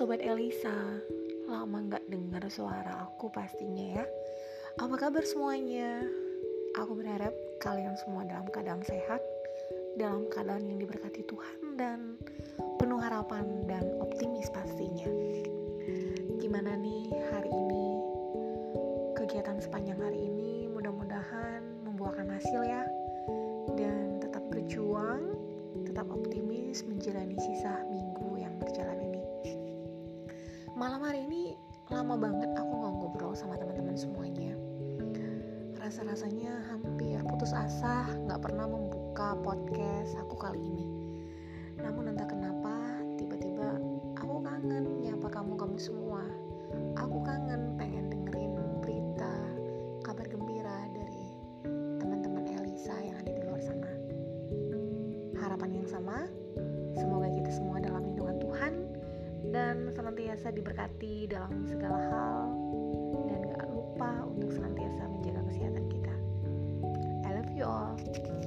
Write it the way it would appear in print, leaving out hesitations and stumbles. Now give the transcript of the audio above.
Sobat Elisa, lama gak dengar suara aku pastinya ya. Apa kabar semuanya? Aku berharap kalian semua dalam keadaan sehat, dalam keadaan yang diberkati Tuhan dan penuh harapan dan optimis pastinya. Gimana nih hari ini? Kegiatan sepanjang hari ini mudah-mudahan membuahkan hasil ya. Dan tetap berjuang, tetap optimis menjalani sisa minggu yang berjalan ini. Malam hari ini lama banget aku gak ngobrol sama teman-teman semuanya. Rasa-rasanya hampir putus asa gak pernah membuka podcast aku kali ini. Namun entah kenapa tiba-tiba aku kangen nyapa kamu semua. Aku kangen pengen dengerin berita, kabar gembira dari teman-teman Elisa yang ada di luar sana. Harapan yang sama, semoga kita semua dalam lindungan Tuhan dan senantiasa diberkati dalam segala hal, dan gak lupa untuk senantiasa menjaga kesehatan kita. I love you all.